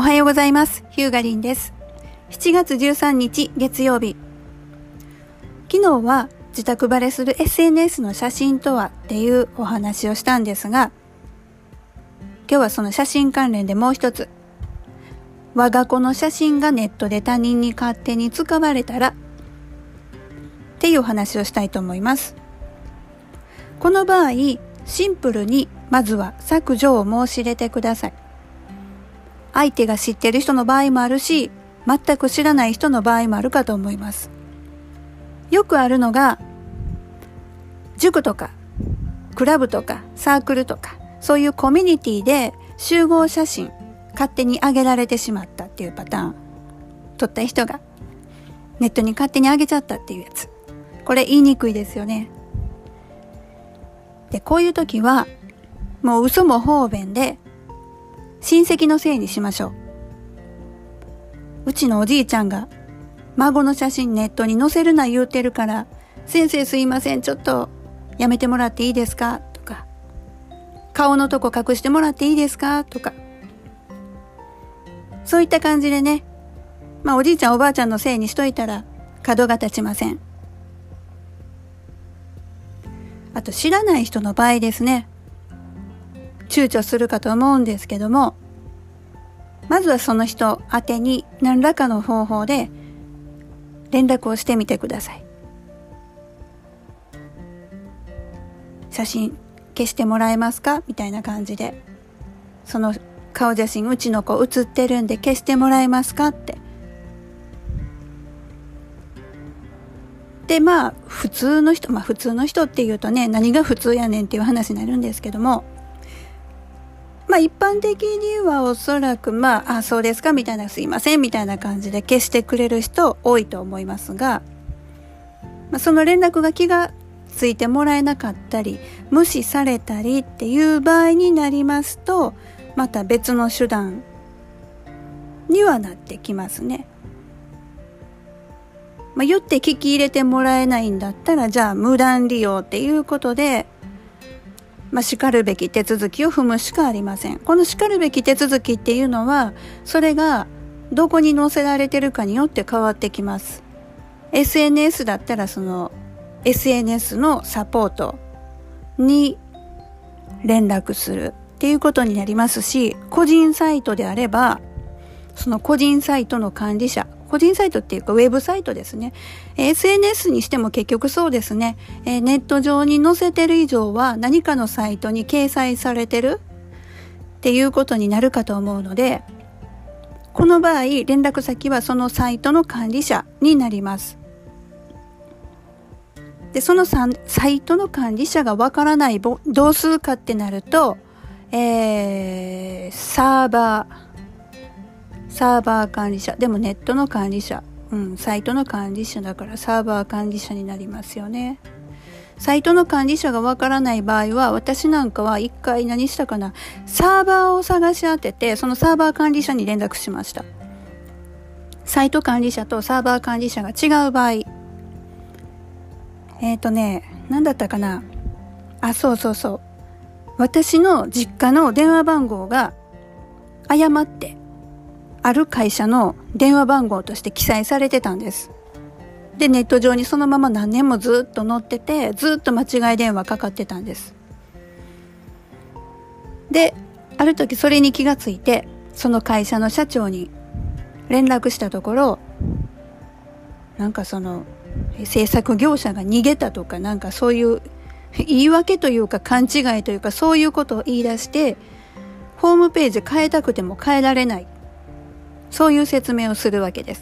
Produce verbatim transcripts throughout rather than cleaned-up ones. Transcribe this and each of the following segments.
はようございます。ヒューガリンです。しちがつじゅうさんにち月曜日。昨日は自宅バレする エスエヌエス の写真とはっていうお話をしたんですが、今日はその写真関連でもう一つ、我が子の写真がネットで他人に勝手に使われたらっていうお話をしたいと思います。この場合、シンプルにまずは削除を申し入れてください。相手が知っている人の場合もあるし、全く知らない人の場合もあるかと思います。よくあるのが、塾とか、クラブとか、サークルとか、そういうコミュニティで集合写真、勝手に上げられてしまったっていうパターン。撮った人が、ネットに勝手に上げちゃったっていうやつ。これ言いにくいですよね。で、こういう時は、もう嘘も方便で、親戚のせいにしましょう。うちのおじいちゃんが孫の写真ネットに載せるな言うてるから、先生すいません、ちょっとやめてもらっていいですかとか、顔のとこ隠してもらっていいですかとか、そういった感じでね、まあおじいちゃんおばあちゃんのせいにしといたら角が立ちません。あと知らない人の場合ですね、躊躇するかと思うんですけども、まずはその人宛てに何らかの方法で連絡をしてみてください。写真消してもらえますかみたいな感じで、その顔写真うちの子写ってるんで消してもらえますかって。で、まあ普通の人、まあ普通の人っていうとね、何が普通やねんっていう話になるんですけども、まあ一般的にはおそらくまあ、あ、そうですかみたいな、すいませんみたいな感じで消してくれる人多いと思いますが、まあ、その連絡が気がついてもらえなかったり、無視されたりっていう場合になりますと、また別の手段にはなってきますね。まあ、よって聞き入れてもらえないんだったら、じゃあ無断利用っていうことで、まあ、叱るべき手続きを踏むしかありません。この叱るべき手続きっていうのは、それがどこに載せられてるかによって変わってきます。エスエヌエス だったらその エスエヌエス のサポートに連絡するっていうことになりますし、個人サイトであれば、その個人サイトの管理者、個人サイトっていうかウェブサイトですね。エスエヌエス にしても結局そうですね。えー、ネット上に載せてる以上は何かのサイトに掲載されてるっていうことになるかと思うので、この場合連絡先はそのサイトの管理者になります。で、そのサイトの管理者がわからない、どうするかってなると、えー、サーバー、サーバー管理者。でもネットの管理者。うん、サイトの管理者だからサーバー管理者になりますよね。サイトの管理者がわからない場合は、私なんかは一回何したかな。サーバーを探し当てて、そのサーバー管理者に連絡しました。サイト管理者とサーバー管理者が違う場合。えっとね、何だったかな。あ、そうそうそう。私の実家の電話番号が誤って、ある会社の電話番号として記載されてたんです。で、ネット上にそのまま何年もずっと載ってて、ずっと間違い電話かかってたんです。で、ある時それに気がついて、その会社の社長に連絡したところ、なんかその制作業者が逃げたとか、なんかそういう言い訳というか勘違いというか、そういうことを言い出して、ホームページ変えたくても変えられない。そういう説明をするわけです。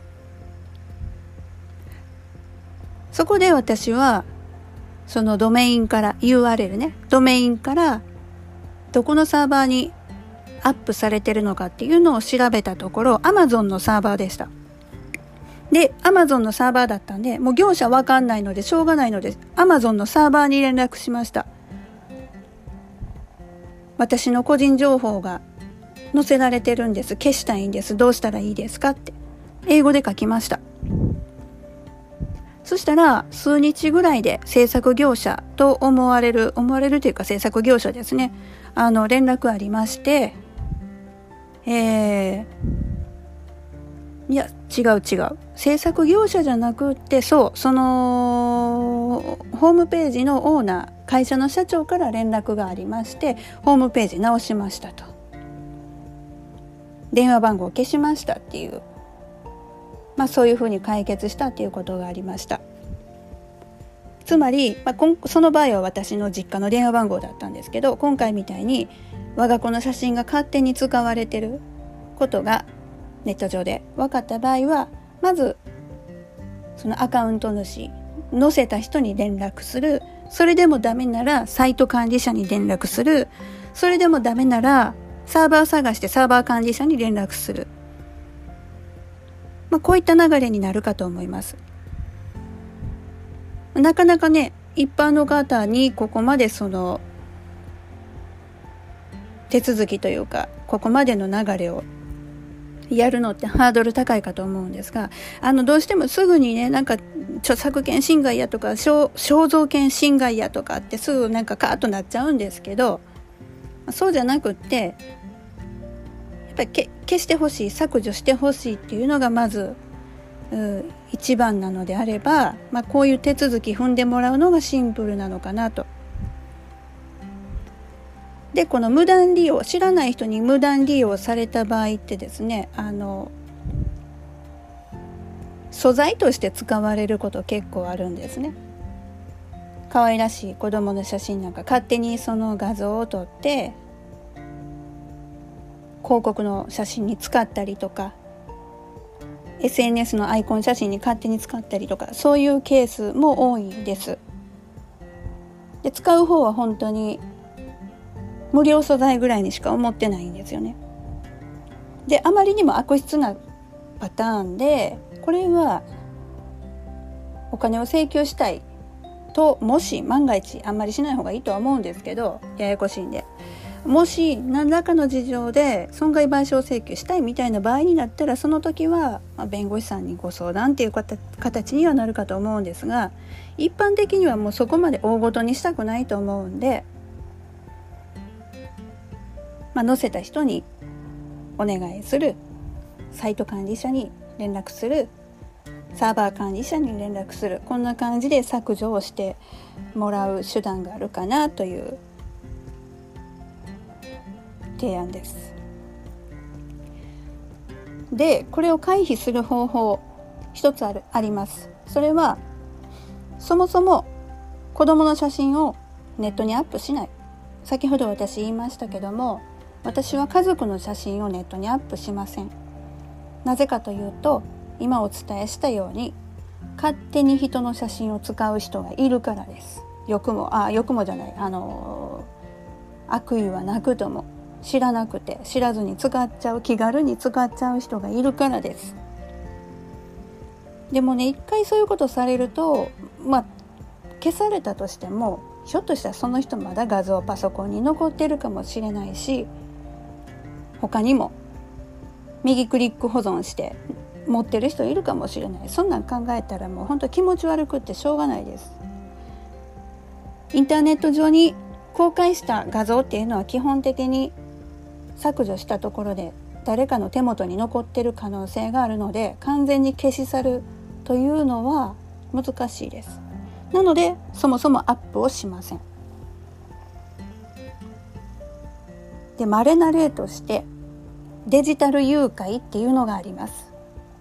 そこで私は、そのドメインから、ユーアールエル ね、ドメインから、どこのサーバーにアップされてるのかっていうのを調べたところ、Amazon のサーバーでした。で、Amazon のサーバーだったんで、もう業者わかんないので、しょうがないので、Amazon のサーバーに連絡しました。私の個人情報が載せられてるんです。消したいんです。どうしたらいいですかって。英語で書きました。そしたら、数日ぐらいで制作業者と思われる、思われるというか制作業者ですね。あの、連絡ありまして、 えー、いや違う違う制作業者じゃなくって、そうそのホームページのオーナー、会社の社長から連絡がありまして、ホームページ直しましたと、電話番号を消しましたっていう、まあそういうふうに解決したっていうことがありました。つまり、まあ、その場合は私の実家の電話番号だったんですけど、今回みたいに我が子の写真が勝手に使われてることがネット上で分かった場合は、まずそのアカウント主、載せた人に連絡する。それでもダメならサイト管理者に連絡する。それでもダメならサーバー探してサーバー管理者に連絡する。まあ、こういった流れになるかと思います。なかなかね、一般の方にここまでその手続きというか、ここまでの流れをやるのってハードル高いかと思うんですが、あのどうしてもすぐにね、なんか著作権侵害やとか肖像権侵害やとかってすぐなんかカーッとなっちゃうんですけど、そうじゃなくってやっぱりけ消してほしい、削除してほしいっていうのがまず一番なのであれば、まあ、こういう手続き踏んでもらうのがシンプルなのかなと。で、この無断利用、知らない人に無断利用された場合ってですね、あの素材として使われること結構あるんですね。可愛らしい子供の写真なんか勝手にその画像を撮って広告の写真に使ったりとか、 エスエヌエス のアイコン写真に勝手に使ったりとか、そういうケースも多いです。で、使う方は本当に無料素材ぐらいにしか思ってないんですよね。で、あまりにも悪質なパターンで、これはお金を請求したいと、もし万が一、あんまりしない方がいいとは思うんですけど、ややこしいんで、もし何らかの事情で損害賠償請求したいみたいな場合になったら、その時は弁護士さんにご相談っていう形にはなるかと思うんですが、一般的にはもうそこまで大ごとにしたくないと思うんで、まあ、載せた人にお願いする、サイト管理者に連絡する、サーバー管理者に連絡する、こんな感じで削除をしてもらう手段があるかなという提案です。で、これを回避する方法一つあるあります。それはそもそも子どもの写真をネットにアップしない。先ほど私言いましたけども、私は家族の写真をネットにアップしません。なぜかというと、今お伝えしたように勝手に人の写真を使う人がいるからです。欲もあ欲もじゃないあの悪意はなくとも、知らなくて知らずに使っちゃう、気軽に使っちゃう人がいるからです。でもね、一回そういうことされると、まあ消されたとしても、ひょっとしたらその人まだ画像パソコンに残ってるかもしれないし、他にも右クリック保存して持ってる人いるかもしれない。そんなん考えたらもう本当気持ち悪くってしょうがないです。インターネット上に公開した画像っていうのは基本的に削除したところで誰かの手元に残ってる可能性があるので、完全に消し去るというのは難しいです。なのでそもそもアップをしません。で、稀な例としてデジタル誘拐っていうのがあります。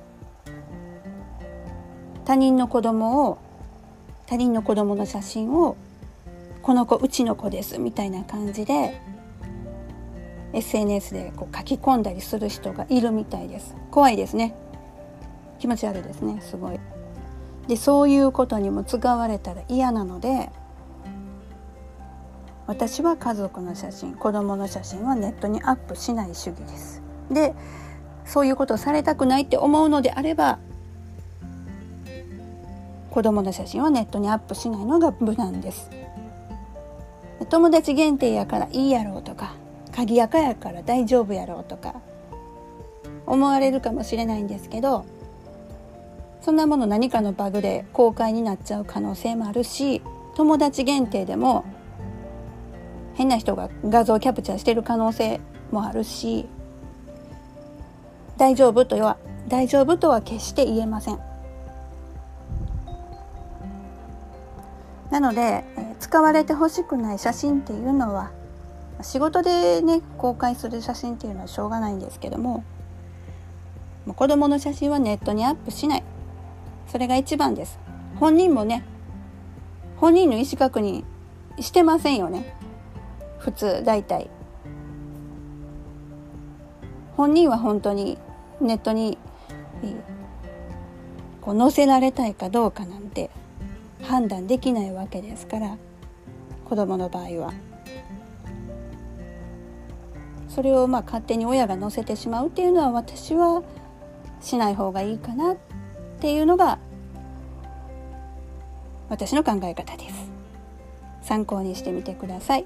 他人の子供を他人の子供の写真を、この子うちの子ですみたいな感じで エスエヌエス でこう書き込んだりする人がいるみたいです。怖いですね。気持ち悪いですね。すごい。で、そういうことにも使われたら嫌なので、私は家族の写真、子供の写真はネットにアップしない主義です。で、そういうことをされたくないって思うのであれば、子供の写真はネットにアップしないのが無難です。友達限定やからいいやろうとか、鍵垢やから大丈夫やろうとか思われるかもしれないんですけど、そんなもの何かのバグで公開になっちゃう可能性もあるし、友達限定でも変な人が画像キャプチャーしてる可能性もあるし、 大丈夫とは大丈夫とは決して言えません。なので、えー、使われてほしくない写真っていうのは、仕事でね公開する写真っていうのはしょうがないんですけども、もう子供の写真はネットにアップしない、それが一番です。本人もね本人の意思確認してませんよね。普通だいたい本人は本当にネットにこう載せられたいかどうかなんて判断できないわけですから、子供の場合はそれをまあ勝手に親が載せてしまうっていうのは、私はしない方がいいかなっていうのが私の考え方です。参考にしてみてください。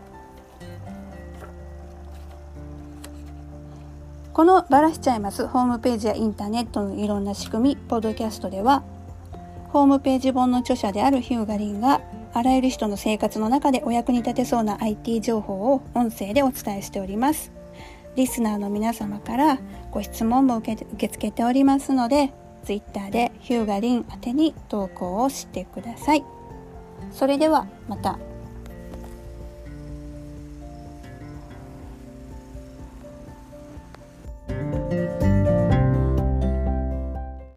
このバラしちゃいますホームページやインターネットのいろんな仕組み、ポッドキャストではホームページ本の著者であるヒューガリンがあらゆる人の生活の中でお役に立てそうな アイティー 情報を音声でお伝えしております。リスナーの皆様からご質問も受け、受け付けておりますので、ツイッターでヒューガリン宛てに投稿をしてください。それではまた。